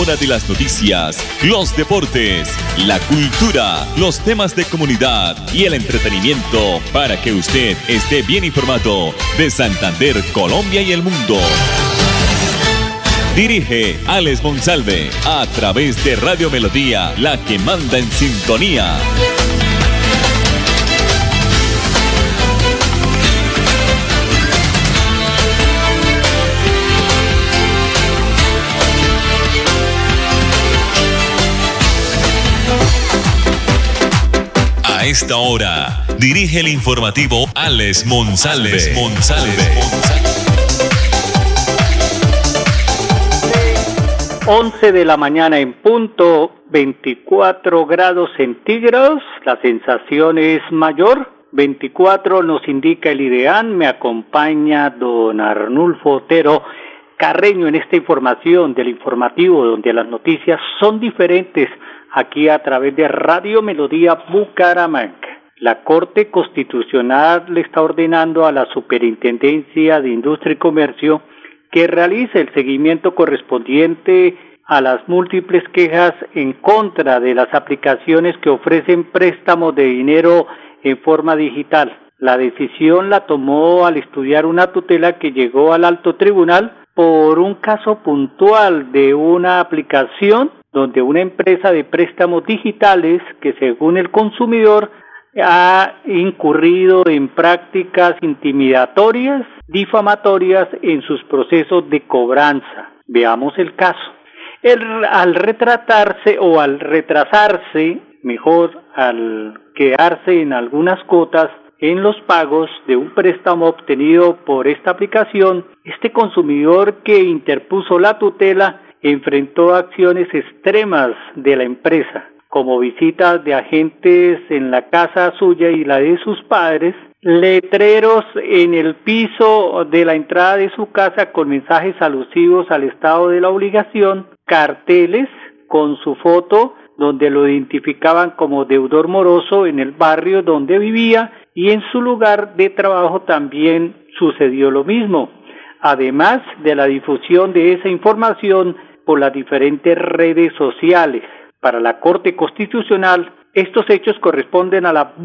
hora de las noticias, los deportes, la cultura, los temas de comunidad y el entretenimiento para que usted esté bien informado de Santander, Colombia y el mundo. Dirige Alex Monsalve a través de Radio Melodía, la que manda en sintonía. A esta hora, dirige el informativo Alex Monsalve. 11 de la mañana en punto, 24 grados centígrados, la sensación es mayor, 24 nos indica el IDEAN, me acompaña don Arnulfo Otero Carreño en esta información del informativo donde las noticias son diferentes aquí a través de Radio Melodía Bucaramanga. La Corte Constitucional le está ordenando a la Superintendencia de Industria y Comercio que realice el seguimiento correspondiente a las múltiples quejas en contra de las aplicaciones que ofrecen préstamos de dinero en forma digital. La decisión la tomó al estudiar una tutela que llegó al alto tribunal por un caso puntual de una aplicación donde una empresa de préstamos digitales que según el consumidor ha incurrido en prácticas intimidatorias, difamatorias en sus procesos de cobranza. Veamos el caso. Al quedarse en algunas cuotas en los pagos de un préstamo obtenido por esta aplicación, este consumidor que interpuso la tutela enfrentó acciones extremas de la empresa, como visitas de agentes en la casa suya y la de sus padres, letreros en el piso de la entrada de su casa con mensajes alusivos al estado de la obligación, carteles con su foto donde lo identificaban como deudor moroso en el barrio donde vivía y en su lugar de trabajo también sucedió lo mismo, además de la difusión de esa información por las diferentes redes sociales. Para la Corte Constitucional, estos hechos corresponden a la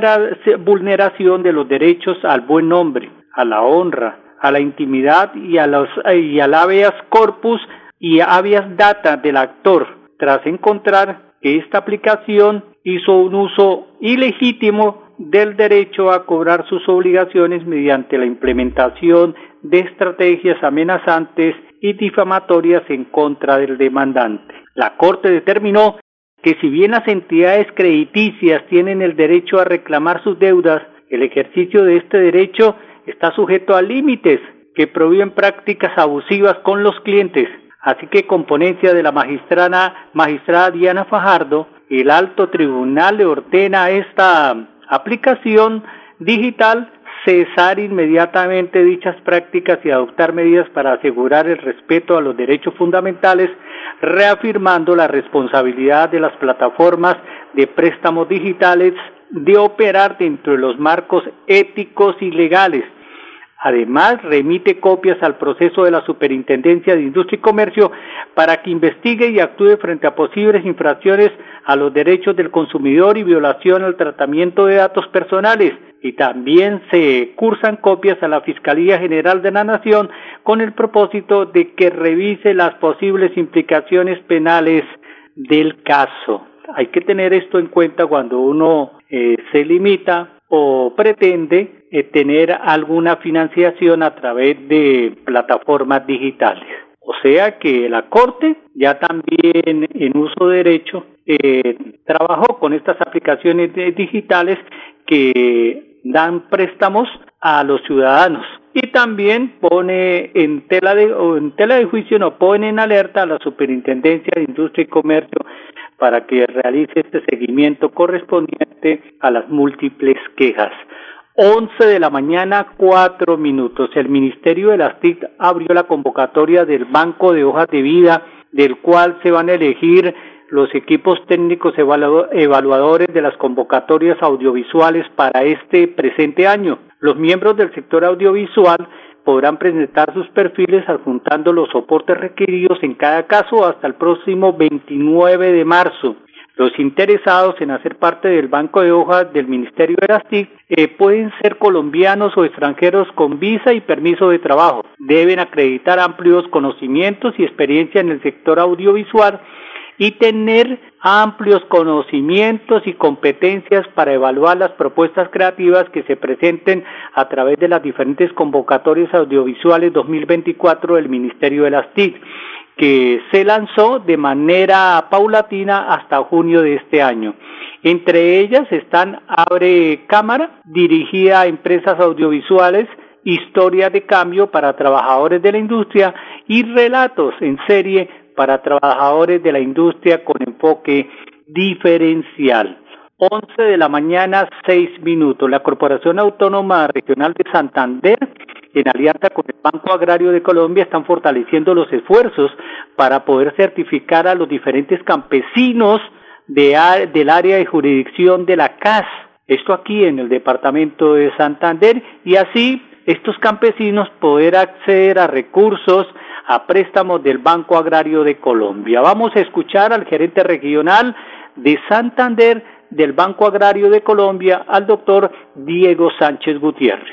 vulneración de los derechos al buen nombre, a la honra, a la intimidad y al habeas corpus y habeas data del actor, tras encontrar que esta aplicación hizo un uso ilegítimo del derecho a cobrar sus obligaciones mediante la implementación de estrategias amenazantes y difamatorias en contra del demandante. La Corte determinó que si bien las entidades crediticias tienen el derecho a reclamar sus deudas, el ejercicio de este derecho está sujeto a límites que prohíben prácticas abusivas con los clientes. Así que con ponencia de la magistrada Diana Fajardo, el alto tribunal le ordena a esta aplicación digital cesar inmediatamente dichas prácticas y adoptar medidas para asegurar el respeto a los derechos fundamentales, reafirmando la responsabilidad de las plataformas de préstamos digitales de operar dentro de los marcos éticos y legales. Además, remite copias al proceso de la Superintendencia de Industria y Comercio para que investigue y actúe frente a posibles infracciones a los derechos del consumidor y violación al tratamiento de datos personales. Y también se cursan copias a la Fiscalía General de la Nación con el propósito de que revise las posibles implicaciones penales del caso. Hay que tener esto en cuenta cuando uno se limita o pretende tener alguna financiación a través de plataformas digitales. O sea que la Corte ya también en uso de derecho trabajó con estas aplicaciones digitales que dan préstamos a los ciudadanos y también pone en tela de juicio, no pone en alerta a la Superintendencia de Industria y Comercio para que realice este seguimiento correspondiente a las múltiples quejas. 11 de la mañana, 4 minutos. El Ministerio de las TIC abrió la convocatoria del Banco de Hojas de Vida, del cual se van a elegir los equipos técnicos evaluadores de las convocatorias audiovisuales para este presente año. Los miembros del sector audiovisual podrán presentar sus perfiles adjuntando los soportes requeridos en cada caso hasta el próximo 29 de marzo. Los interesados en hacer parte del banco de hojas del Ministerio de las TIC pueden ser colombianos o extranjeros con visa y permiso de trabajo. Deben acreditar amplios conocimientos y experiencia en el sector audiovisual y tener amplios conocimientos y competencias para evaluar las propuestas creativas que se presenten a través de las diferentes convocatorias audiovisuales 2024 del Ministerio de las TIC, que se lanzó de manera paulatina hasta junio de este año. Entre ellas están Abre Cámara, dirigida a empresas audiovisuales, Historia de Cambio para trabajadores de la industria y Relatos en serie para trabajadores de la industria con enfoque diferencial. 11 de la mañana, 6 minutos. La Corporación Autónoma Regional de Santander, en alianza con el Banco Agrario de Colombia, están fortaleciendo los esfuerzos para poder certificar a los diferentes campesinos del área de jurisdicción de la CAS, esto aquí en el departamento de Santander, y así estos campesinos poder acceder a recursos, a préstamos del Banco Agrario de Colombia. Vamos a escuchar al gerente regional de Santander del Banco Agrario de Colombia, al doctor Diego Sánchez Gutiérrez.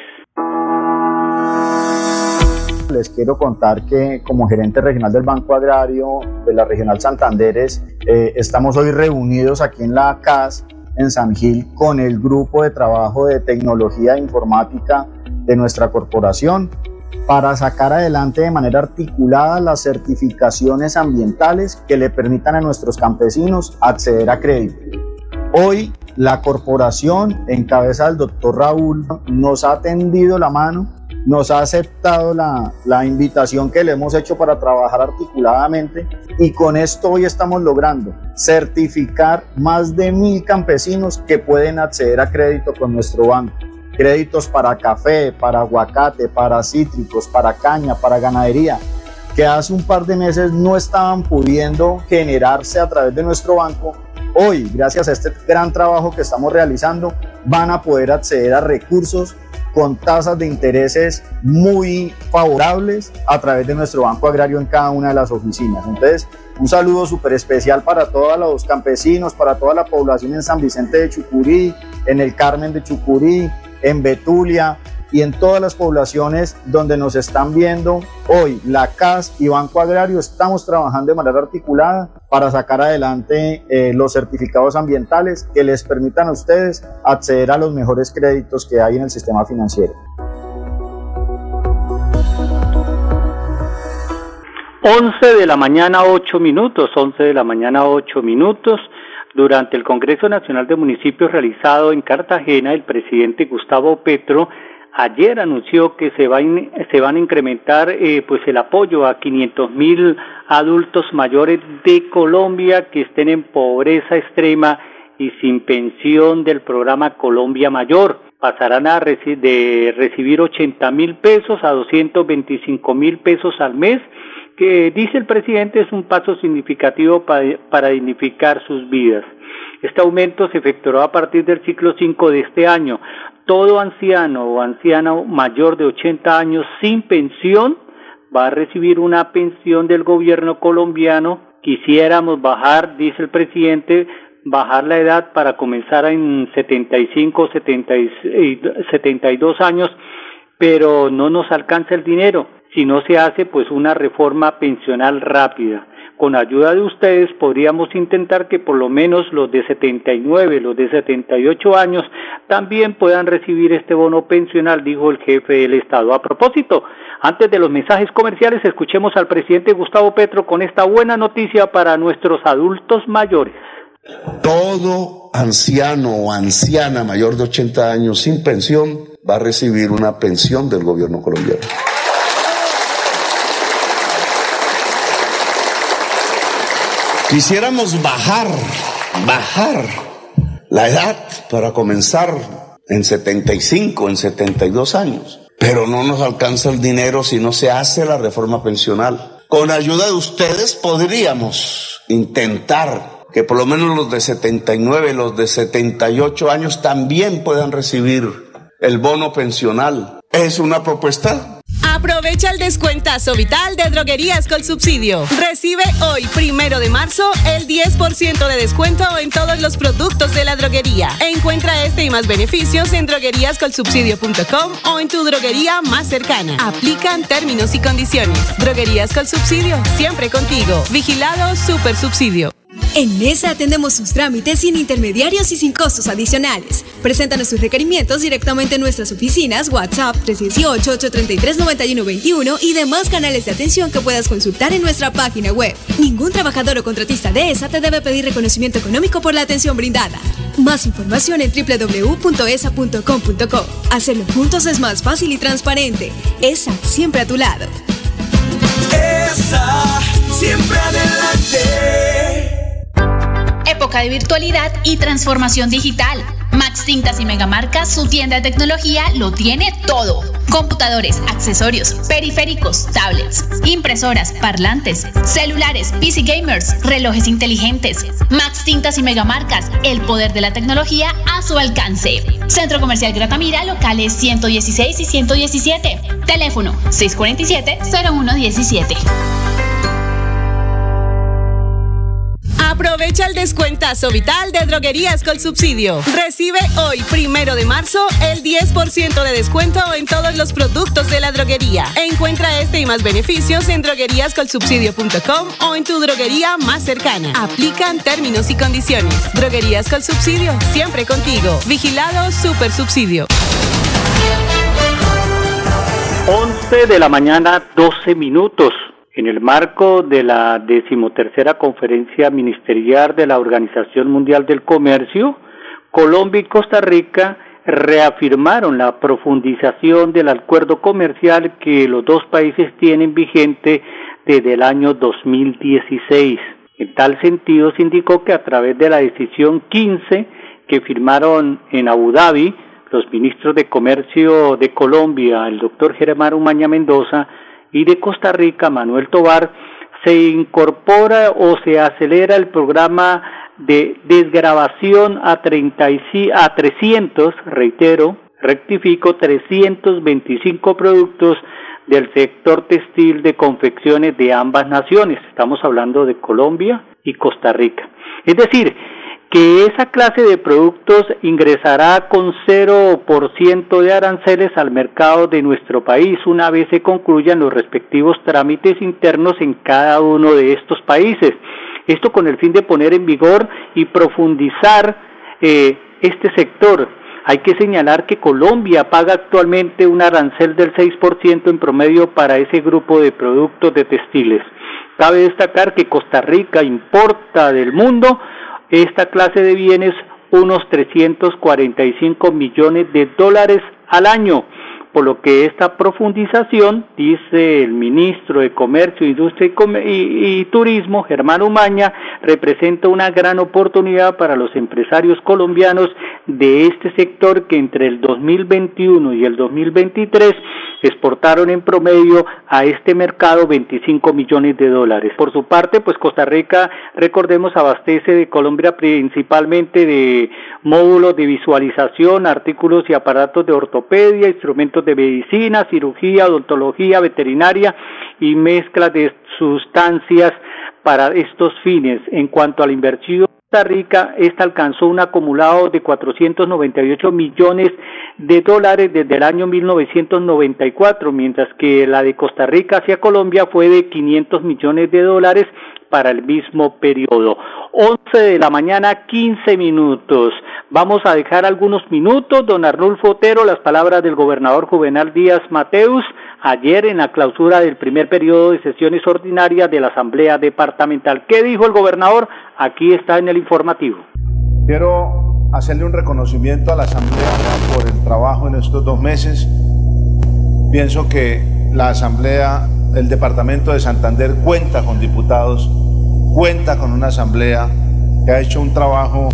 Les quiero contar que como gerente regional del Banco Agrario de la Regional Santanderes, estamos hoy reunidos aquí en la CAS, en San Gil, con el grupo de trabajo de tecnología e informática de nuestra corporación para sacar adelante de manera articulada las certificaciones ambientales que le permitan a nuestros campesinos acceder a crédito. Hoy la corporación, en cabeza del doctor Raúl, nos ha tendido la mano, nos ha aceptado la invitación que le hemos hecho para trabajar articuladamente, y con esto hoy estamos logrando certificar más de 1,000 campesinos que pueden acceder a crédito con nuestro banco. Créditos para café, para aguacate, para cítricos, para caña, para ganadería, que hace un par de meses no estaban pudiendo generarse a través de nuestro banco. Hoy, gracias a este gran trabajo que estamos realizando, van a poder acceder a recursos con tasas de intereses muy favorables a través de nuestro Banco Agrario en cada una de las oficinas. Entonces, un saludo súper especial para todos los campesinos, para toda la población en San Vicente de Chucurí, en el Carmen de Chucurí, en Betulia y en todas las poblaciones donde nos están viendo hoy. La CAS y Banco Agrario estamos trabajando de manera articulada para sacar adelante los certificados ambientales que les permitan a ustedes acceder a los mejores créditos que hay en el sistema financiero. 11 de la mañana, 8 minutos, 11 de la mañana, 8 minutos. Durante el Congreso Nacional de Municipios realizado en Cartagena, el presidente Gustavo Petro ayer anunció que se van a incrementar el apoyo a 500,000 adultos mayores de Colombia que estén en pobreza extrema y sin pensión del programa Colombia Mayor. Pasarán de recibir 80,000 pesos a 225,000 pesos al mes, que dice el presidente es un paso significativo para dignificar sus vidas. Este aumento se efectuará a partir del ciclo 5 de este año. Todo anciano o anciana mayor de 80 años sin pensión va a recibir una pensión del gobierno colombiano. Quisiéramos bajar, dice el presidente, bajar la edad para comenzar en 75, 72 años, pero no nos alcanza el dinero si no se hace una reforma pensional rápida. Con ayuda de ustedes podríamos intentar que por lo menos los de 79, los de 78 años también puedan recibir este bono pensional, dijo el jefe del Estado. A propósito, antes de los mensajes comerciales, escuchemos al presidente Gustavo Petro con esta buena noticia para nuestros adultos mayores. Todo anciano o anciana mayor de 80 años sin pensión va a recibir una pensión del gobierno colombiano. Quisiéramos bajar la edad para comenzar en 75, en 72 años, pero no nos alcanza el dinero si no se hace la reforma pensional. Con ayuda de ustedes podríamos intentar que por lo menos los de 79, los de 78 años también puedan recibir el bono pensional. ¿Es una propuesta? Aprovecha el descuentazo vital de Droguerías Colsubsidio. Recibe hoy, 1 de marzo, el 10% de descuento en todos los productos de la droguería. Encuentra este y más beneficios en drogueríascolsubsidio.com o en tu droguería más cercana. Aplican términos y condiciones. Droguerías Colsubsidio, siempre contigo. Vigilado Supersubsidio. En Nesa atendemos sus trámites sin intermediarios y sin costos adicionales. Preséntanos sus requerimientos directamente en nuestras oficinas, WhatsApp 318-833-9121 y demás canales de atención que puedas consultar en nuestra página web. Ningún trabajador o contratista de ESA te debe pedir reconocimiento económico por la atención brindada. Más información en www.esa.com.co. Hacerlo juntos es más fácil y transparente. ESA, siempre a tu lado. ESA, siempre adelante. Época de virtualidad y transformación digital. Max Tintas y Megamarcas, su tienda de tecnología, lo tiene todo. Computadores, accesorios, periféricos, tablets, impresoras, parlantes, celulares, PC gamers, relojes inteligentes. Max Tintas y Megamarcas, el poder de la tecnología a su alcance. Centro Comercial Gratamira, locales 116 y 117. Teléfono 647-0117. Aprovecha el descuentazo vital de Droguerías Colsubsidio. Recibe hoy, 1 de marzo, el 10% de descuento en todos los productos de la droguería. Encuentra este y más beneficios en drogueríascolsubsidio.com o en tu droguería más cercana. Aplican términos y condiciones. Droguerías Colsubsidio, siempre contigo. Vigilado Supersubsidio. 11 de la mañana, 12 minutos. En el marco de la 13ª Conferencia Ministerial de la Organización Mundial del Comercio, Colombia y Costa Rica reafirmaron la profundización del acuerdo comercial que los dos países tienen vigente desde el año 2016. En tal sentido, se indicó que a través de la decisión 15 que firmaron en Abu Dhabi los ministros de Comercio de Colombia, el doctor Germán Umaña Mendoza, y de Costa Rica, Manuel Tovar, se incorpora o se acelera el programa de desgravación a 300, rectifico, 325 productos del sector textil de confecciones de ambas naciones. Estamos hablando de Colombia y Costa Rica. Es decir, que esa clase de productos ingresará con 0% de aranceles al mercado de nuestro país una vez se concluyan los respectivos trámites internos en cada uno de estos países. Esto con el fin de poner en vigor y profundizar este sector. Hay que señalar que Colombia paga actualmente un arancel del 6% en promedio para ese grupo de productos de textiles. Cabe destacar que Costa Rica importa del mundo esta clase de bienes unos 345 millones de dólares al año, por lo que esta profundización, dice el ministro de Comercio, Industria y Turismo, Germán Umaña, representa una gran oportunidad para los empresarios colombianos de este sector que entre el 2021 y el 2023 exportaron en promedio a este mercado 25 millones de dólares. Por su parte, pues Costa Rica, recordemos, abastece de Colombia principalmente de módulos de visualización, artículos y aparatos de ortopedia, instrumentos de medicina, cirugía, odontología, veterinaria y mezcla de sustancias para estos fines. En cuanto a la inversión, Costa Rica, esta alcanzó un acumulado de 498 millones de dólares desde el año 1994, mientras que la de Costa Rica hacia Colombia fue de 500 millones de dólares para el mismo periodo. 11 de la mañana, 15 minutos. Vamos a dejar algunos minutos, don Arnulfo Otero, las palabras del gobernador Juvenal Díaz Mateus, ayer en la clausura del primer periodo de sesiones ordinarias de la Asamblea Departamental. ¿Qué dijo el gobernador? Aquí está en el informativo. Quiero hacerle un reconocimiento a la Asamblea por el trabajo en estos 2 meses. Pienso que la Asamblea, el Departamento de Santander cuenta con diputados, cuenta con una Asamblea que ha hecho un trabajo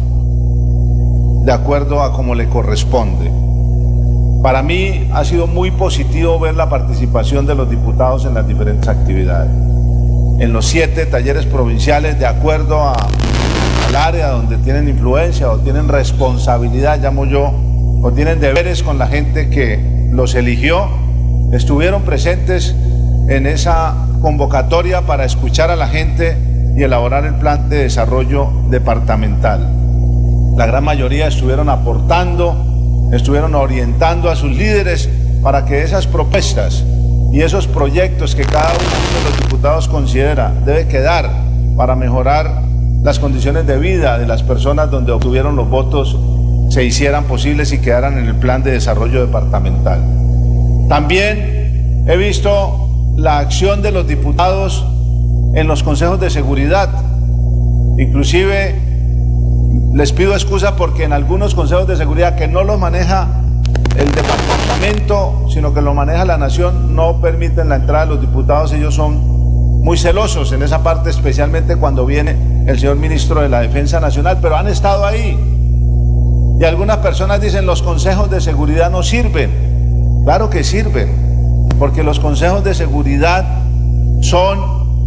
de acuerdo a como le corresponde. Para mí ha sido muy positivo ver la participación de los diputados en las diferentes actividades. En los 7 talleres provinciales, de acuerdo al área donde tienen influencia o tienen responsabilidad, llamo yo, o tienen deberes con la gente que los eligió, estuvieron presentes en esa convocatoria para escuchar a la gente y elaborar el plan de desarrollo departamental. La gran mayoría estuvieron aportando, estuvieron orientando a sus líderes para que esas propuestas y esos proyectos que cada uno de los diputados considera debe quedar para mejorar las condiciones de vida de las personas donde obtuvieron los votos se hicieran posibles y quedaran en el plan de desarrollo departamental. También he visto la acción de los diputados en los consejos de seguridad. Inclusive les pido excusa porque en algunos consejos de seguridad que no los maneja el departamento, sino que lo maneja la nación, no permiten la entrada de los diputados. Ellos son muy celosos en esa parte, especialmente cuando viene el señor ministro de la Defensa Nacional, pero han estado ahí. Y algunas personas dicen los consejos de seguridad no sirven. Claro que sirven, porque los consejos de seguridad son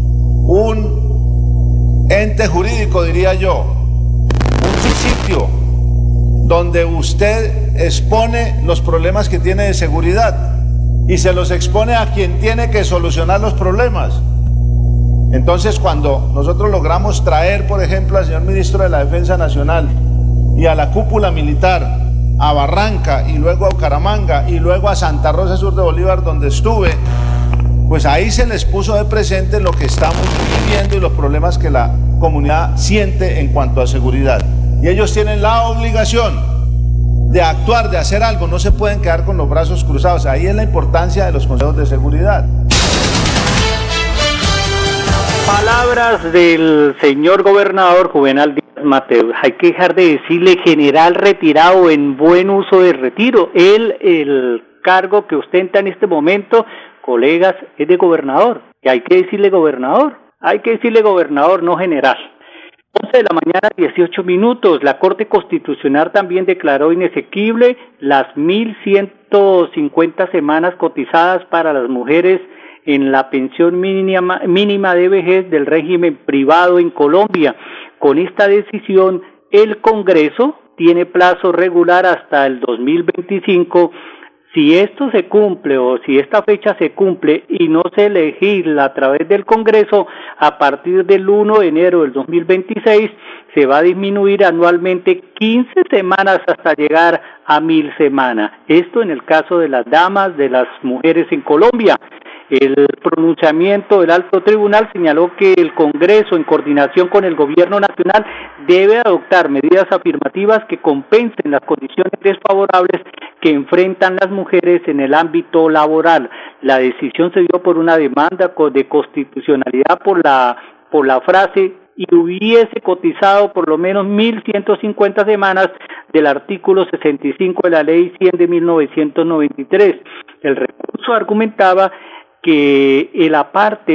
un ente jurídico, diría yo, un sitio donde usted expone los problemas que tiene de seguridad y se los expone a quien tiene que solucionar los problemas. Entonces, cuando nosotros logramos traer, por ejemplo, al señor ministro de la Defensa Nacional y a la cúpula militar a Barranca y luego a Bucaramanga y luego a Santa Rosa Sur de Bolívar, donde estuve, pues ahí se les puso de presente lo que estamos viviendo y los problemas que la comunidad siente en cuanto a seguridad. Y ellos tienen la obligación de actuar, de hacer algo, no se pueden quedar con los brazos cruzados. Ahí es la importancia de los consejos de seguridad. Palabras del señor gobernador Juvenal Díaz Mateus. Hay que dejar de decirle general retirado en buen uso de retiro. El cargo que ostenta en este momento, colegas, es de gobernador. Y hay que decirle gobernador. Hay que decirle gobernador, no general. 11 de la mañana, 18 minutos. La Corte Constitucional también declaró inexequible las 1.150 semanas cotizadas para las mujeres en la pensión mínima de vejez del régimen privado en Colombia. Con esta decisión, el Congreso tiene plazo regular hasta el 2025. Si esto se cumple o si esta fecha se cumple y no se legisla a través del Congreso, a partir del 1 de enero del 2026 se va a disminuir anualmente 15 semanas hasta llegar a 1.000 semanas. Esto en el caso de las damas, de las mujeres en Colombia. El pronunciamiento del Alto Tribunal señaló que el Congreso, en coordinación con el Gobierno Nacional, debe adoptar medidas afirmativas que compensen las condiciones desfavorables que enfrentan las mujeres en el ámbito laboral. La decisión se dio por una demanda de constitucionalidad por la frase "y hubiese cotizado por lo menos 1.150 semanas" del artículo 65 de la Ley 100 de 1993. El recurso argumentaba que la parte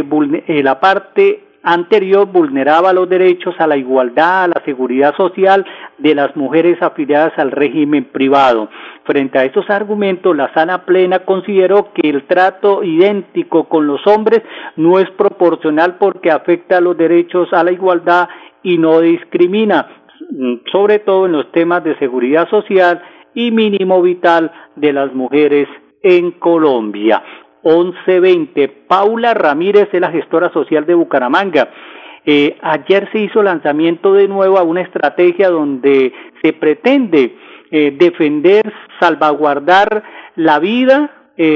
anterior vulneraba los derechos a la igualdad, a la seguridad social de las mujeres afiliadas al régimen privado. Frente a estos argumentos, la Sala Plena consideró que el trato idéntico con los hombres no es proporcional porque afecta a los derechos a la igualdad y no discrimina, sobre todo en los temas de seguridad social y mínimo vital de las mujeres en Colombia. 11:20. Paula Ramírez es la gestora social de Bucaramanga. Ayer se hizo lanzamiento de nuevo a una estrategia donde se pretende defender, salvaguardar la vida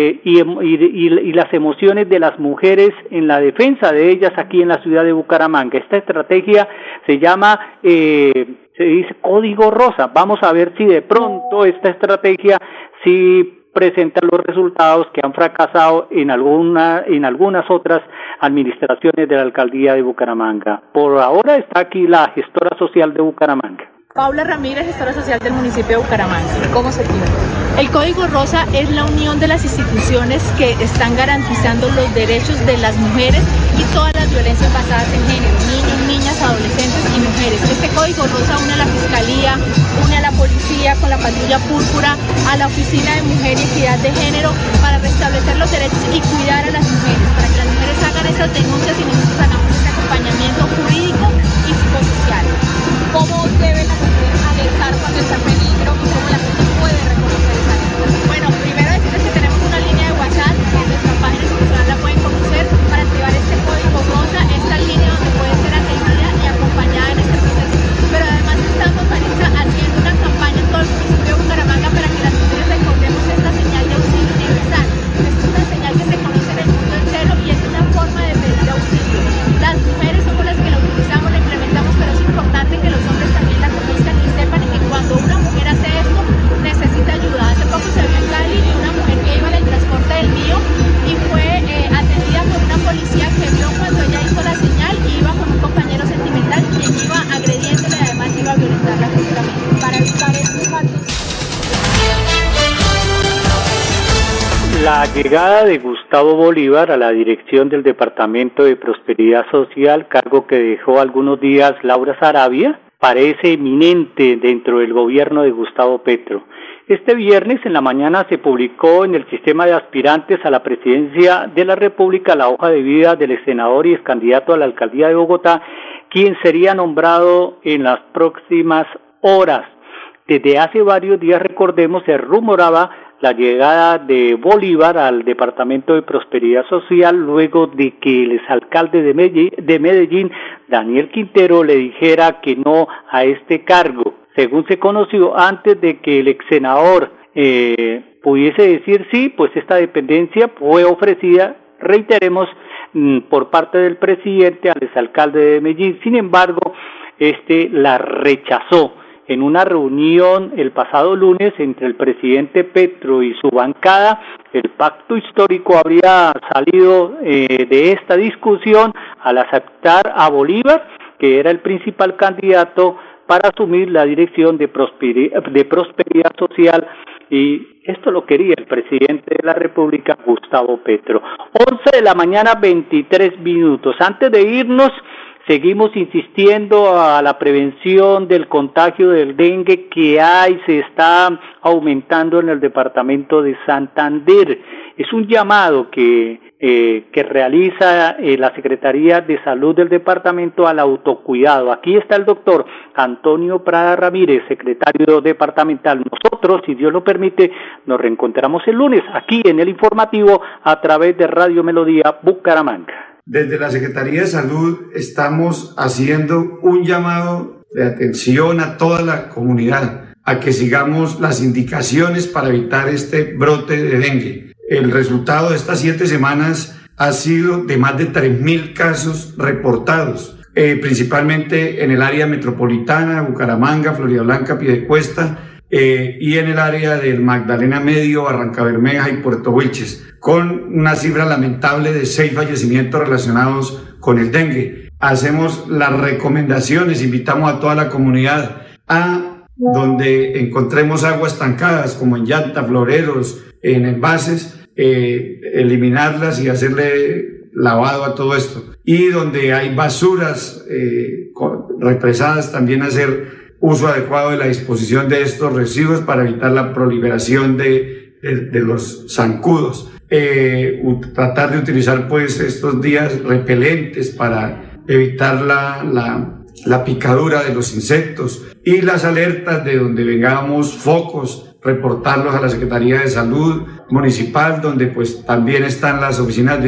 y las emociones de las mujeres en la defensa de ellas aquí en la ciudad de Bucaramanga. Esta estrategia se llama, se dice Código Rosa. Vamos a ver si de pronto esta estrategia sí presentan los resultados que han fracasado en algunas otras administraciones de la alcaldía de Bucaramanga. Por ahora está aquí la gestora social de Bucaramanga. Paula Ramírez, gestora social del municipio de Bucaramanga. ¿Cómo se entiende? El Código Rosa es la unión de las instituciones que están garantizando los derechos de las mujeres y todas las violencias basadas en género, niños, niñas, adolescentes y mujeres. Este Código Rosa une a la Fiscalía, une a la Policía con la Patrulla Púrpura, a la Oficina de Mujer y Equidad de Género para restablecer los derechos y cuidar a las mujeres, para que las mujeres hagan esas denuncias y nosotros hagamos ese acompañamiento jurídico y psicosocial. ¿Cómo debe la mujer alertar cuando está en peligro y cómo la gente puede reconocer esa denuncia? Bueno, primero decirles que tenemos una línea de WhatsApp que es llegada de Gustavo Bolívar a la dirección del Departamento de Prosperidad Social, cargo que dejó algunos días Laura Saravia, parece eminente dentro del gobierno de Gustavo Petro. Este viernes en la mañana se publicó en el sistema de aspirantes a la presidencia de la República la hoja de vida del exsenador y excandidato a la alcaldía de Bogotá, quien sería nombrado en las próximas horas. Desde hace varios días, recordemos, se rumoraba la llegada de Bolívar al Departamento de Prosperidad Social luego de que el exalcalde de Medellín, Daniel Quintero, le dijera que no a este cargo. Según se conoció, antes de que el exsenador pudiese decir sí, pues esta dependencia fue ofrecida, reiteremos, por parte del presidente al exalcalde de Medellín. Sin embargo, la rechazó. En una reunión el pasado lunes entre el presidente Petro y su bancada, el pacto histórico habría salido de esta discusión al aceptar a Bolívar, que era el principal candidato para asumir la dirección de prosperidad social, y esto lo quería el presidente de la República, Gustavo Petro. 11 de la mañana, 23 minutos. Antes de irnos, seguimos insistiendo a la prevención del contagio del dengue que se está aumentando en el departamento de Santander. Es un llamado que realiza la Secretaría de Salud del departamento al autocuidado. Aquí está el doctor Antonio Prada Ramírez, secretario departamental. Nosotros, si Dios lo permite, nos reencontramos el lunes aquí en el informativo a través de Radio Melodía Bucaramanga. Desde la Secretaría de Salud estamos haciendo un llamado de atención a toda la comunidad a que sigamos las indicaciones para evitar este brote de dengue. El resultado de estas 7 semanas ha sido de más de 3.000 casos reportados, principalmente en el área metropolitana, Bucaramanga, Floridablanca, Piedecuesta, y en el área del Magdalena Medio, Barrancabermeja y Puerto Wilches, con una cifra lamentable de 6 fallecimientos relacionados con el dengue. Hacemos las recomendaciones, invitamos a toda la comunidad a donde encontremos aguas estancadas, como en llanta, floreros, en envases, eliminarlas y hacerle lavado a todo esto. Y donde hay basuras represadas, también hacer uso adecuado de la disposición de estos residuos para evitar la proliferación de los zancudos. Tratar de utilizar pues estos días repelentes para evitar la picadura de los insectos, y las alertas de donde vengamos focos, reportarlos a la Secretaría de Salud Municipal, donde pues también están las oficinas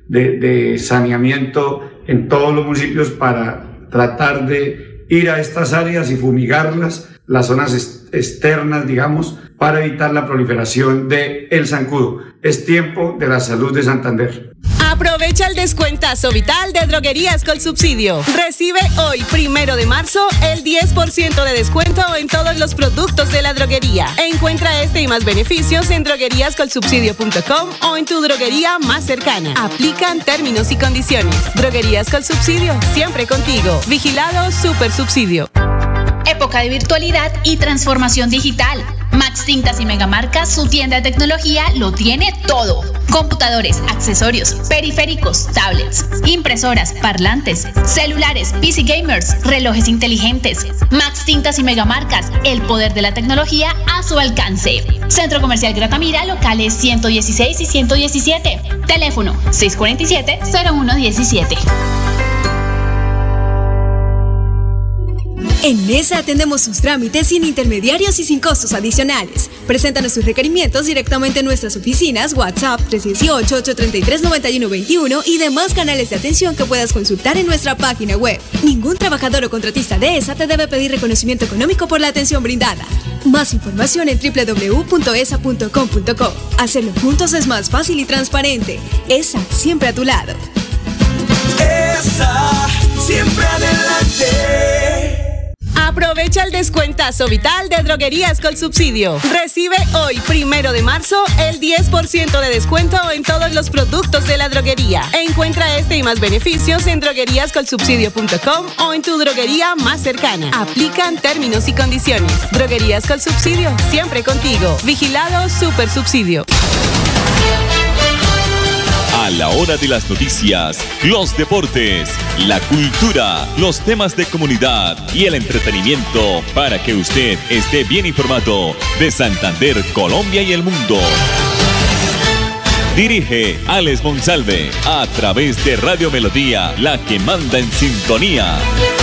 de saneamiento en todos los municipios para tratar de ir a estas áreas y fumigarlas, las zonas externas, digamos, para evitar la proliferación del zancudo. Es tiempo de la salud de Santander. Aprovecha el descuentazo vital de Droguerías Colsubsidio. Recibe hoy, 1 de marzo, el 10% de descuento en todos los productos de la droguería. Encuentra este y más beneficios en drogueríascolsubsidio.com o en tu droguería más cercana. Aplican términos y condiciones. Droguerías Colsubsidio, siempre contigo. Vigilado Supersubsidio. Época de virtualidad y transformación digital. Max Tintas y Megamarcas, su tienda de tecnología, lo tiene todo. Computadores, accesorios, periféricos, tablets, impresoras, parlantes, celulares, PC gamers, relojes inteligentes. Max Tintas y Megamarcas, el poder de la tecnología a su alcance. Centro Comercial Gratamira, locales 116 y 117. Teléfono 647-0117. En Nesa atendemos sus trámites sin intermediarios y sin costos adicionales. Preséntanos sus requerimientos directamente en nuestras oficinas, WhatsApp 318-833-9121 y demás canales de atención que puedas consultar en nuestra página web. Ningún trabajador o contratista de ESA te debe pedir reconocimiento económico por la atención brindada. Más información en www.esa.com.co. Hacerlo juntos es más fácil y transparente. ESA, siempre a tu lado. ESA, siempre adelante. Aprovecha el descuentazo vital de Droguerías Colsubsidio. Recibe hoy, 1 de marzo, el 10% de descuento en todos los productos de la droguería. Encuentra este y más beneficios en drogueríascolsubsidio.com o en tu droguería más cercana. Aplican términos y condiciones. Droguerías Colsubsidio, siempre contigo. Vigilado Supersubsidio. la hora de las noticias, los deportes, la cultura, los temas de comunidad y el entretenimiento para que usted esté bien informado de Santander, Colombia y el mundo. Dirige Alex Monsalve a través de Radio Melodía, la que manda en sintonía.